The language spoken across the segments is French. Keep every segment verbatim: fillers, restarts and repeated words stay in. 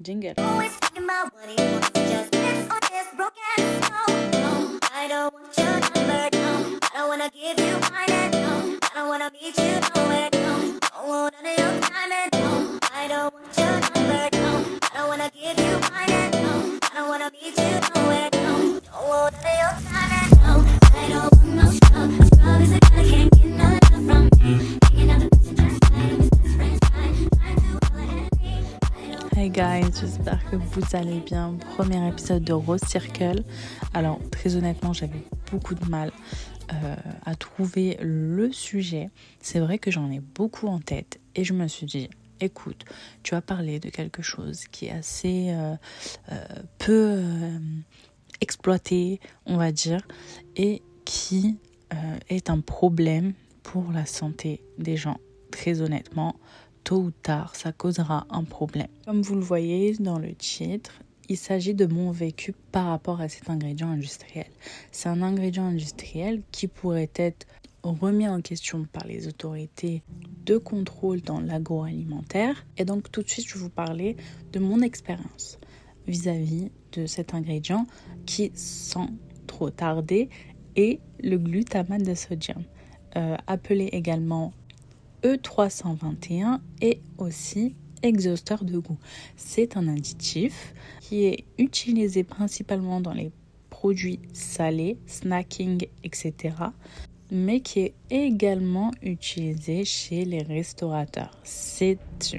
Jingle. Hey guys, j'espère que vous allez bien. Premier épisode de Rose Circle. Alors très honnêtement, j'avais beaucoup de mal euh, à trouver le sujet. C'est vrai que j'en ai beaucoup en tête et je me suis dit, écoute, tu vas parler de quelque chose qui est assez euh, euh, peu euh, exploité, on va dire, et qui euh, est un problème pour la santé des gens. Très honnêtement, tôt ou tard, ça causera un problème. Comme vous le voyez dans le titre, il s'agit de mon vécu par rapport à cet ingrédient industriel. C'est un ingrédient industriel qui pourrait être remis en question par les autorités de contrôle dans l'agroalimentaire. Et donc tout de suite, je vais vous parler de mon expérience vis-à-vis de cet ingrédient qui, sans trop tarder, est le glutamate de sodium, euh, appelé également E trois cent vingt et un et aussi exhausteur de goût. C'est un additif qui est utilisé principalement dans les produits salés, snacking, et cetera, mais qui est également utilisé chez les restaurateurs. C'est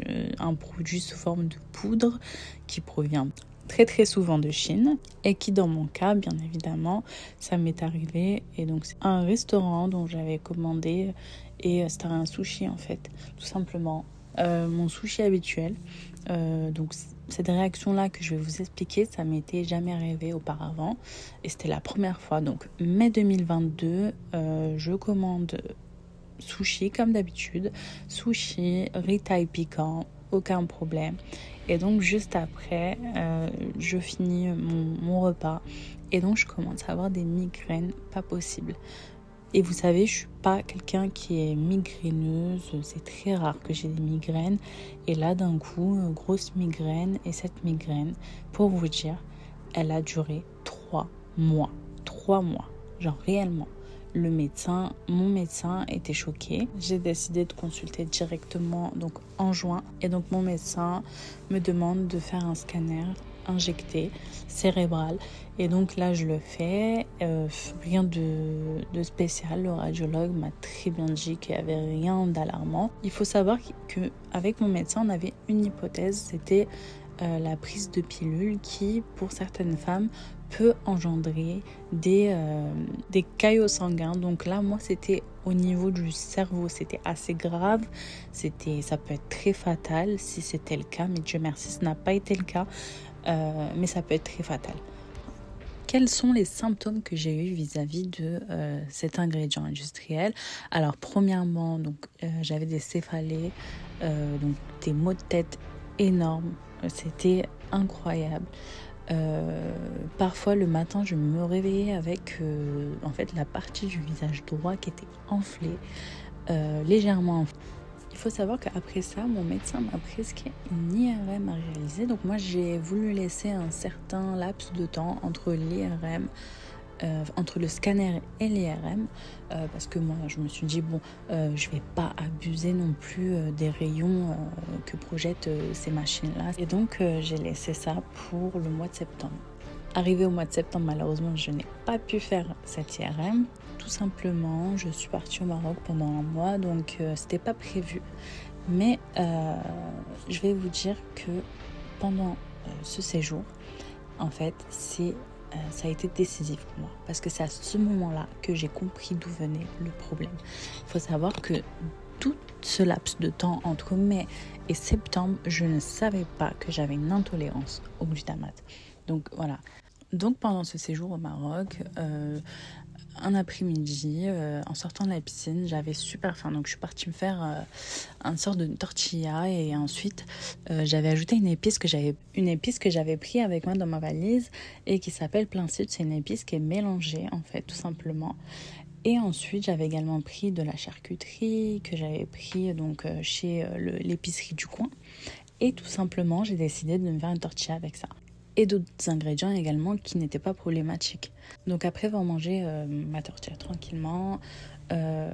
un produit sous forme de poudre qui provient très très souvent de Chine et qui dans mon cas, bien évidemment, ça m'est arrivé. Et donc c'est un restaurant dont j'avais commandé et c'était un sushi en fait, tout simplement. Euh, mon sushi habituel. Euh, donc cette réaction-là que je vais vous expliquer, ça m'était jamais arrivé auparavant et c'était la première fois. Donc mai deux mille vingt-deux, euh, je commande sushi comme d'habitude, sushi, riz thaï piquant, aucun problème. Et donc juste après, euh, je finis mon, mon repas et donc je commence à avoir des migraines pas possibles. Et vous savez, je suis pas quelqu'un qui est migraineuse, c'est très rare que j'ai des migraines. Et là, d'un coup, grosse migraine. Et cette migraine, pour vous dire, elle a duré trois mois. Trois mois, genre réellement. Le médecin, mon médecin était choqué. J'ai décidé de consulter directement donc en juin. Et donc mon médecin me demande de faire un scanner injecté cérébral. Et donc là, je le fais. Euh, rien de, de spécial. Le radiologue m'a très bien dit qu'il n'y avait rien d'alarmant. Il faut savoir qu'avec mon médecin, on avait une hypothèse. C'était euh, la prise de pilule qui, pour certaines femmes, peut engendrer des, euh, des caillots sanguins. Donc là, moi, c'était au niveau du cerveau. C'était assez grave. C'était, ça peut être très fatal si c'était le cas. Mais Dieu merci, ce n'a pas été le cas. Euh, mais ça peut être très fatal. Quels sont les symptômes que j'ai eus vis-à-vis de euh, cet ingrédient industriel? Alors, premièrement, donc, euh, j'avais des céphalées, euh, donc des maux de tête énormes. C'était incroyable. Euh, parfois, le matin, je me réveillais avec euh, en fait, la partie du visage droit qui était enflée, euh, légèrement enflée. Il faut savoir qu'après ça, mon médecin m'a prescrit une I R M à réaliser. Donc moi, j'ai voulu laisser un certain laps de temps entre l'I R M, euh, entre le scanner et l'I R M, euh, parce que moi, je me suis dit, bon, euh, je vais pas abuser non plus euh, des rayons euh, que projettent euh, ces machines-là. Et donc, euh, j'ai laissé ça pour le mois de septembre. Arrivé au mois de septembre, malheureusement, je n'ai pas pu faire cette I R M. Tout simplement, je suis partie au Maroc pendant un mois, donc euh, c'était pas prévu. Mais euh, je vais vous dire que pendant euh, ce séjour, en fait, c'est, euh, ça a été décisif pour moi. Parce que c'est à ce moment-là que j'ai compris d'où venait le problème. Il faut savoir que tout ce laps de temps entre mai et septembre, je ne savais pas que j'avais une intolérance au glutamate. Donc voilà. Donc pendant ce séjour au Maroc, euh, un après-midi, euh, en sortant de la piscine, j'avais super faim. Donc je suis partie me faire euh, une sorte de tortilla et ensuite euh, j'avais ajouté une épice que j'avais une épice que j'avais pris avec moi dans ma valise et qui s'appelle plein sud. C'est une épice qui est mélangée en fait, tout simplement. Et ensuite, j'avais également pris de la charcuterie que j'avais pris donc euh, chez euh, le, l'épicerie du coin. Et tout simplement, j'ai décidé de me faire une tortilla avec ça. Et d'autres ingrédients également qui n'étaient pas problématiques. Donc après avoir mangé euh, ma tortilla tranquillement, euh,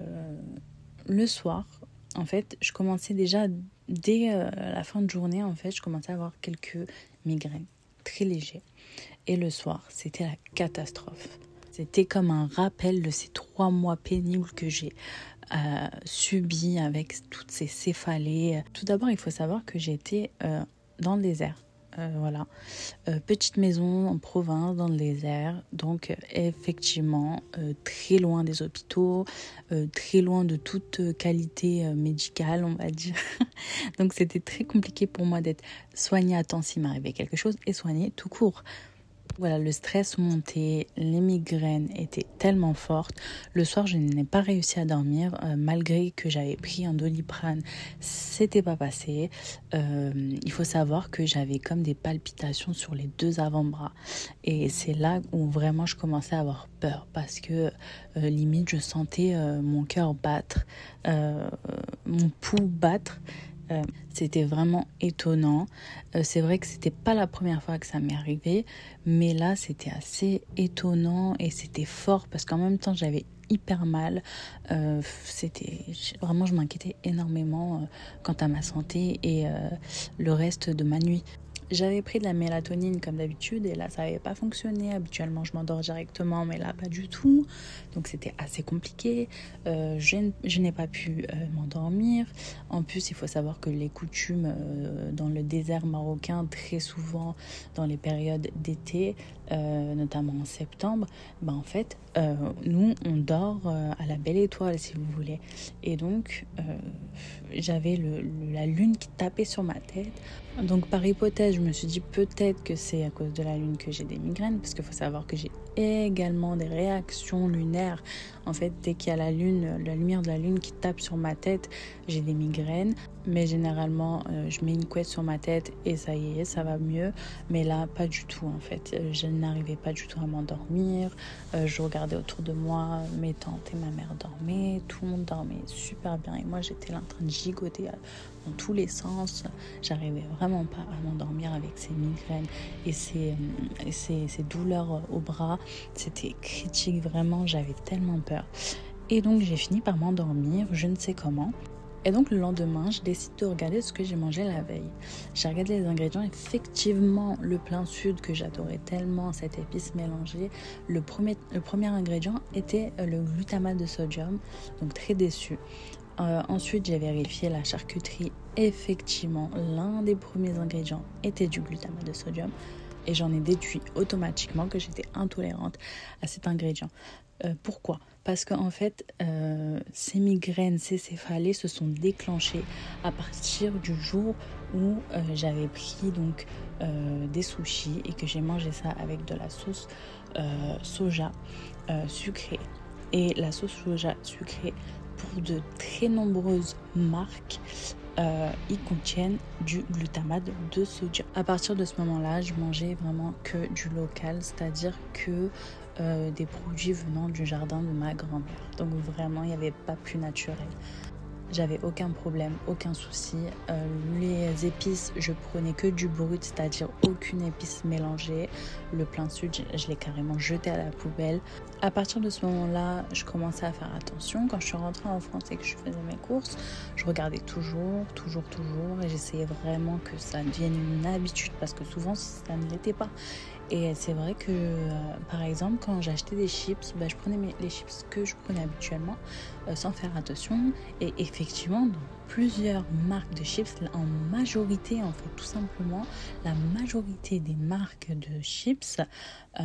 le soir, en fait, je commençais déjà, dès euh, la fin de journée, en fait, je commençais à avoir quelques migraines très légers. Et le soir, c'était la catastrophe. C'était comme un rappel de ces trois mois pénibles que j'ai euh, subis avec toutes ces céphalées. Tout d'abord, il faut savoir que j'étais euh, dans le désert. Euh, voilà, euh, petite maison en province dans le désert, donc euh, effectivement euh, très loin des hôpitaux, euh, très loin de toute qualité euh, médicale, on va dire. Donc c'était très compliqué pour moi d'être soignée à temps s'il m'arrivait quelque chose et soignée tout court. Voilà, le stress montait, les migraines étaient tellement fortes. Le soir, je n'ai pas réussi à dormir, euh, malgré que j'avais pris un Doliprane, c'était pas passé. Euh, il faut savoir que j'avais comme des palpitations sur les deux avant-bras. Et c'est là où vraiment je commençais à avoir peur, parce que euh, limite, je sentais euh, mon cœur battre, euh, mon pouls battre. Euh, c'était vraiment étonnant. Euh, c'est vrai que c'était pas la première fois que ça m'est arrivé, mais là c'était assez étonnant et c'était fort parce qu'en même temps j'avais hyper mal. Euh, c'était vraiment, je m'inquiétais énormément euh, quant à ma santé et euh, le reste de ma nuit. J'avais pris de la mélatonine comme d'habitude et là ça n'avait pas fonctionné. Habituellement je m'endors directement, mais là pas du tout. Donc c'était assez compliqué. Euh, je, je n'ai pas pu euh, m'endormir. En plus il faut savoir que les coutumes euh, dans le désert marocain, très souvent dans les périodes d'été, euh, notamment en septembre, ben en fait euh, nous on dort euh, à la belle étoile si vous voulez. Et donc euh, j'avais le, le, la lune qui tapait sur ma tête. Donc par hypothèse, je me suis dit peut-être que c'est à cause de la lune que j'ai des migraines, parce qu'il faut savoir que j'ai également des réactions lunaires. En fait, dès qu'il y a la lune, la lumière de la lune qui tape sur ma tête, j'ai des migraines. Mais généralement, euh, je mets une couette sur ma tête et ça y est, ça va mieux. Mais là, pas du tout en fait. Je n'arrivais pas du tout à m'endormir. Euh, je regardais autour de moi, mes tantes et ma mère dormaient. Tout le monde dormait super bien. Et moi, j'étais là en train de gigoter dans tous les sens. J'arrivais vraiment pas à m'endormir avec ces migraines et ces, et ces, ces douleurs au bras. C'était critique, vraiment, j'avais tellement peur. Et donc j'ai fini par m'endormir, je ne sais comment. Et donc le lendemain, je décide de regarder ce que j'ai mangé la veille. J'ai regardé les ingrédients, effectivement le plein sud que j'adorais tellement, cette épice mélangée. Le premier, le premier ingrédient était le glutamate de sodium, donc très déçue. Euh, ensuite, j'ai vérifié la charcuterie. Effectivement, l'un des premiers ingrédients était du glutamate de sodium. Et j'en ai déduit automatiquement que j'étais intolérante à cet ingrédient. Euh, pourquoi ? Parce qu'en fait, euh, ces migraines, ces céphalées se sont déclenchées à partir du jour où euh, j'avais pris donc, euh, des sushis et que j'ai mangé ça avec de la sauce euh, soja euh, sucrée. Et la sauce soja sucrée, pour de très nombreuses marques, euh, ils contiennent du glutamate de sodium. À partir de ce moment-là, je mangeais vraiment que du local, c'est-à-dire que euh, des produits venant du jardin de ma grand-mère. Donc vraiment, il n'y avait pas plus naturel. J'avais aucun problème, aucun souci. Euh, les épices, je prenais que du brut, c'est-à-dire aucune épice mélangée. Le plein sud, je, je l'ai carrément jeté à la poubelle. À partir de ce moment-là, je commençais à faire attention. Quand je suis rentrée en France et que je faisais mes courses, je regardais toujours, toujours, toujours. Et j'essayais vraiment que ça devienne une habitude parce que souvent, ça ne l'était pas. Et c'est vrai que, euh, par exemple, quand j'achetais des chips, bah, je prenais mes, les chips que je prenais habituellement euh, sans faire attention. Et effectivement, dans plusieurs marques de chips, en majorité, en fait, tout simplement, la majorité des marques de chips euh,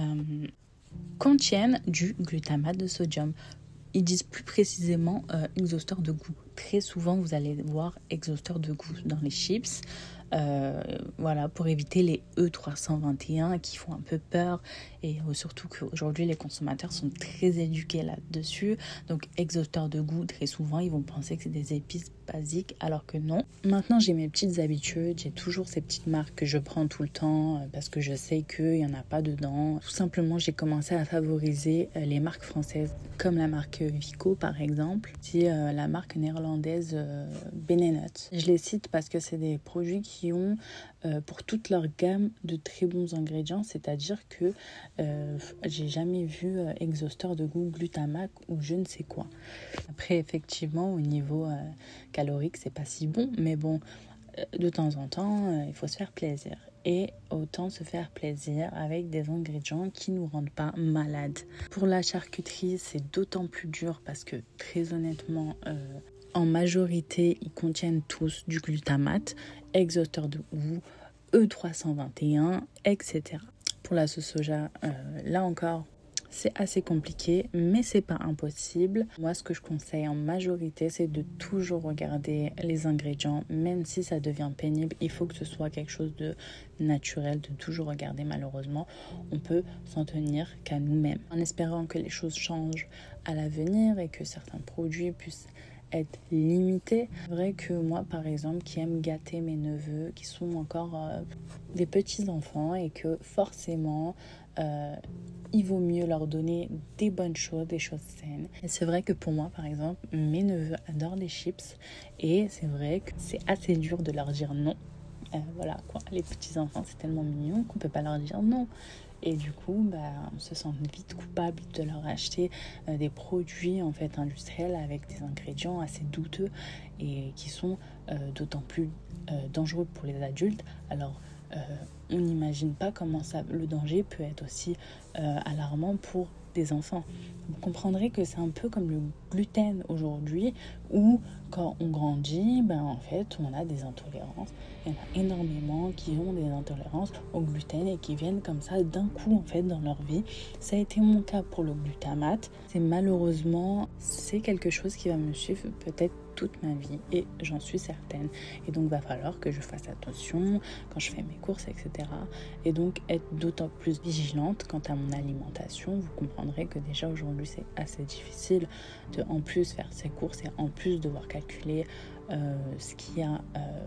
contiennent du glutamate de sodium. Ils disent plus précisément euh, exhausteur de goût. Très souvent, vous allez voir exhausteur de goût dans les chips. Euh, voilà, pour éviter les E trois cent vingt et un qui font un peu peur et euh, surtout qu'aujourd'hui les consommateurs sont très éduqués là-dessus, donc exhausteur de goût, très souvent ils vont penser que c'est des épices basiques alors que non. Maintenant j'ai mes petites habitudes, j'ai toujours ces petites marques que je prends tout le temps euh, parce que je sais qu'il n'y en a pas dedans. Tout simplement j'ai commencé à favoriser euh, les marques françaises comme la marque Vico par exemple, c'est euh, la marque néerlandaise euh, Benenut. Je les cite parce que c'est des produits qui qui ont euh, pour toute leur gamme de très bons ingrédients, c'est-à-dire que euh, j'ai jamais vu euh, exhausteur de goût glutamate ou je ne sais quoi. Après, effectivement, au niveau euh, calorique, c'est pas si bon, mais bon, euh, de temps en temps, euh, il faut se faire plaisir. Et autant se faire plaisir avec des ingrédients qui ne nous rendent pas malades. Pour la charcuterie, c'est d'autant plus dur parce que, très honnêtement, euh, en majorité, ils contiennent tous du glutamate, exhausteur de goût, E trois cent vingt et un, et cetera. Pour la sauce soja, euh, là encore, c'est assez compliqué, mais c'est pas impossible. Moi, ce que je conseille en majorité, c'est de toujours regarder les ingrédients, même si ça devient pénible. Il faut que ce soit quelque chose de naturel, de toujours regarder. Malheureusement, on peut s'en tenir qu'à nous-mêmes, en espérant que les choses changent à l'avenir et que certains produits puissent être limité. C'est vrai que moi, par exemple, qui aime gâter mes neveux, qui sont encore euh, des petits enfants et que forcément, euh, il vaut mieux leur donner des bonnes choses, des choses saines. Et c'est vrai que pour moi, par exemple, mes neveux adorent les chips et c'est vrai que c'est assez dur de leur dire non. Euh, voilà quoi, les petits enfants, c'est tellement mignon qu'on peut pas leur dire non. Et du coup, bah, on se sent vite coupable de leur acheter euh, des produits en fait industriels avec des ingrédients assez douteux et qui sont euh, d'autant plus euh, dangereux pour les adultes. Alors, euh, on n'imagine pas comment ça, le danger peut être aussi euh, alarmant pour des enfants. Vous comprendrez que c'est un peu comme le gluten aujourd'hui, où quand on grandit, ben en fait, on a des intolérances. Il y en a énormément qui ont des intolérances au gluten et qui viennent comme ça d'un coup en fait dans leur vie. Ça a été mon cas pour le glutamate. C'est malheureusement, c'est quelque chose qui va me suivre peut-être toute ma vie et j'en suis certaine. Et donc, il va falloir que je fasse attention quand je fais mes courses, et cetera. Et donc, être d'autant plus vigilante quant à mon alimentation. Vous comprendrez que déjà aujourd'hui, c'est assez difficile de en plus faire ses courses et en plus devoir calculer euh, ce qu'il y a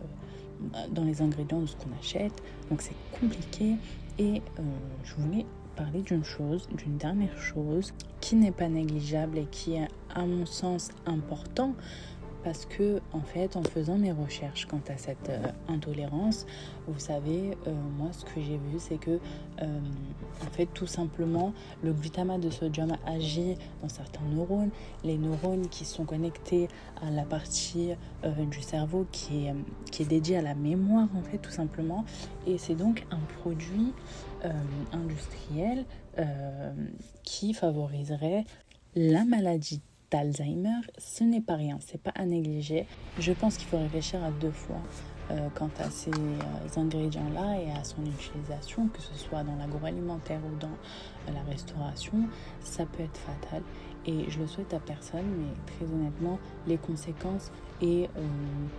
euh, dans les ingrédients de ce qu'on achète. Donc, c'est compliqué et euh, je voulais parler d'une chose, d'une dernière chose qui n'est pas négligeable et qui est à mon sens important. Parce que, en fait, en faisant mes recherches quant à cette euh, intolérance, vous savez, euh, moi, ce que j'ai vu, c'est que, euh, en fait, tout simplement, le glutamate de sodium agit dans certains neurones. Les neurones qui sont connectés à la partie euh, du cerveau qui est, qui est dédiée à la mémoire, en fait, tout simplement. Et c'est donc un produit euh, industriel euh, qui favoriserait la maladie d'Alzheimer. Ce n'est pas rien, c'est pas à négliger. Je pense qu'il faut réfléchir à deux fois euh, quant à ces euh, ingrédients-là et à son utilisation, que ce soit dans l'agroalimentaire ou dans euh, la restauration. Ça peut être fatal et je le souhaite à personne, mais très honnêtement, les conséquences et euh,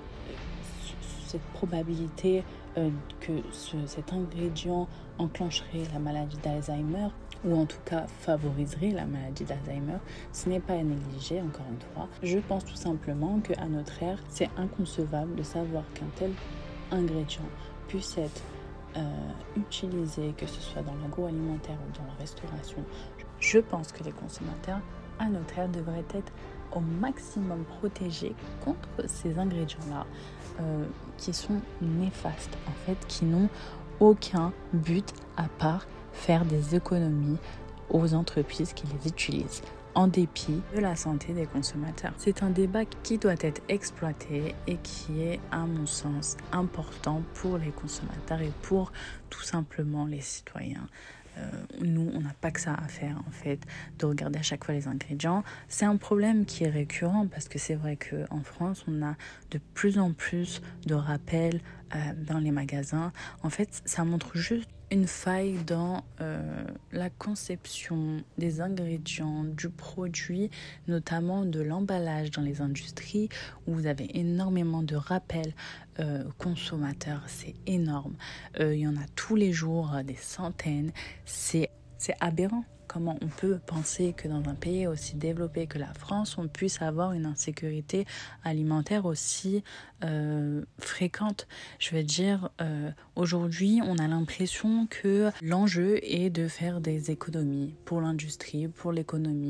cette probabilité euh, que ce, cet ingrédient enclencherait la maladie d'Alzheimer ou en tout cas favoriserait la maladie d'Alzheimer, ce n'est pas à négliger, encore une fois. Je pense tout simplement qu'à notre ère, c'est inconcevable de savoir qu'un tel ingrédient puisse être euh, utilisé, que ce soit dans l'agroalimentaire ou dans la restauration. Je pense que les consommateurs à notre ère devraient être au maximum protégés contre ces ingrédients-là euh, qui sont néfastes, en fait, qui n'ont aucun but à part faire des économies aux entreprises qui les utilisent, en dépit de la santé des consommateurs. C'est un débat qui doit être exploité et qui est, à mon sens, important pour les consommateurs et pour tout simplement les citoyens. Euh, nous, on n'a pas que ça à faire, en fait, de regarder à chaque fois les ingrédients. C'est un problème qui est récurrent parce que c'est vrai qu'en France, on a de plus en plus de rappels euh, dans les magasins. En fait, ça montre juste une faille dans euh, la conception des ingrédients, du produit, notamment de l'emballage dans les industries où vous avez énormément de rappels euh, consommateurs. C'est énorme. Euh, il y en a tous les jours, des centaines. C'est, c'est aberrant. Comment on peut penser que dans un pays aussi développé que la France, on puisse avoir une insécurité alimentaire aussi euh, fréquente. Je veux dire, euh, aujourd'hui, on a l'impression que l'enjeu est de faire des économies pour l'industrie, pour l'économie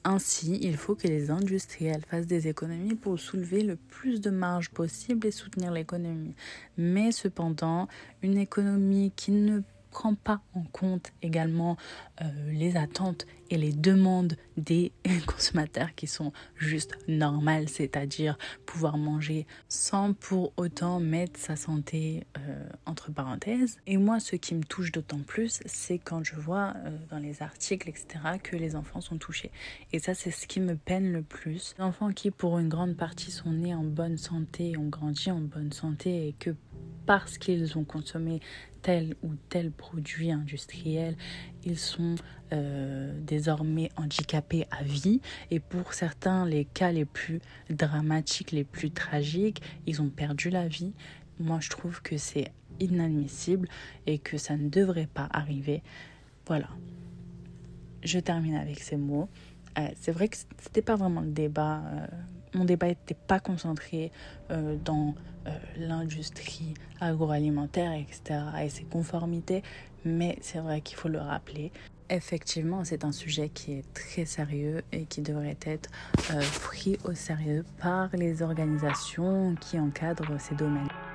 Ainsi, il faut que les industriels fassent des économies pour soulever le plus de marge possible et soutenir l'économie. Mais cependant, une économie qui ne prend pas en compte également euh, les attentes et les demandes des consommateurs qui sont juste normales, c'est-à-dire pouvoir manger sans pour autant mettre sa santé euh, entre parenthèses. Et moi, ce qui me touche d'autant plus, c'est quand je vois euh, dans les articles, et cetera, que les enfants sont touchés. Et ça, c'est ce qui me peine le plus. Les enfants qui, pour une grande partie, sont nés en bonne santé, ont grandi en bonne santé et que parce qu'ils ont consommé tel ou tel produit industriel, ils sont euh, désormais handicapés à vie. Et pour certains, les cas les plus dramatiques, les plus tragiques, ils ont perdu la vie. Moi, je trouve que c'est inadmissible et que ça ne devrait pas arriver. Voilà. Je termine avec ces mots. Euh, c'est vrai que c'était pas vraiment le débat. Euh, mon débat n'était pas concentré euh, dans euh, l'industrie agroalimentaire, et cetera et ses conformités, mais c'est vrai qu'il faut le rappeler. Effectivement, c'est un sujet qui est très sérieux et qui devrait être euh, pris au sérieux par les organisations qui encadrent ces domaines.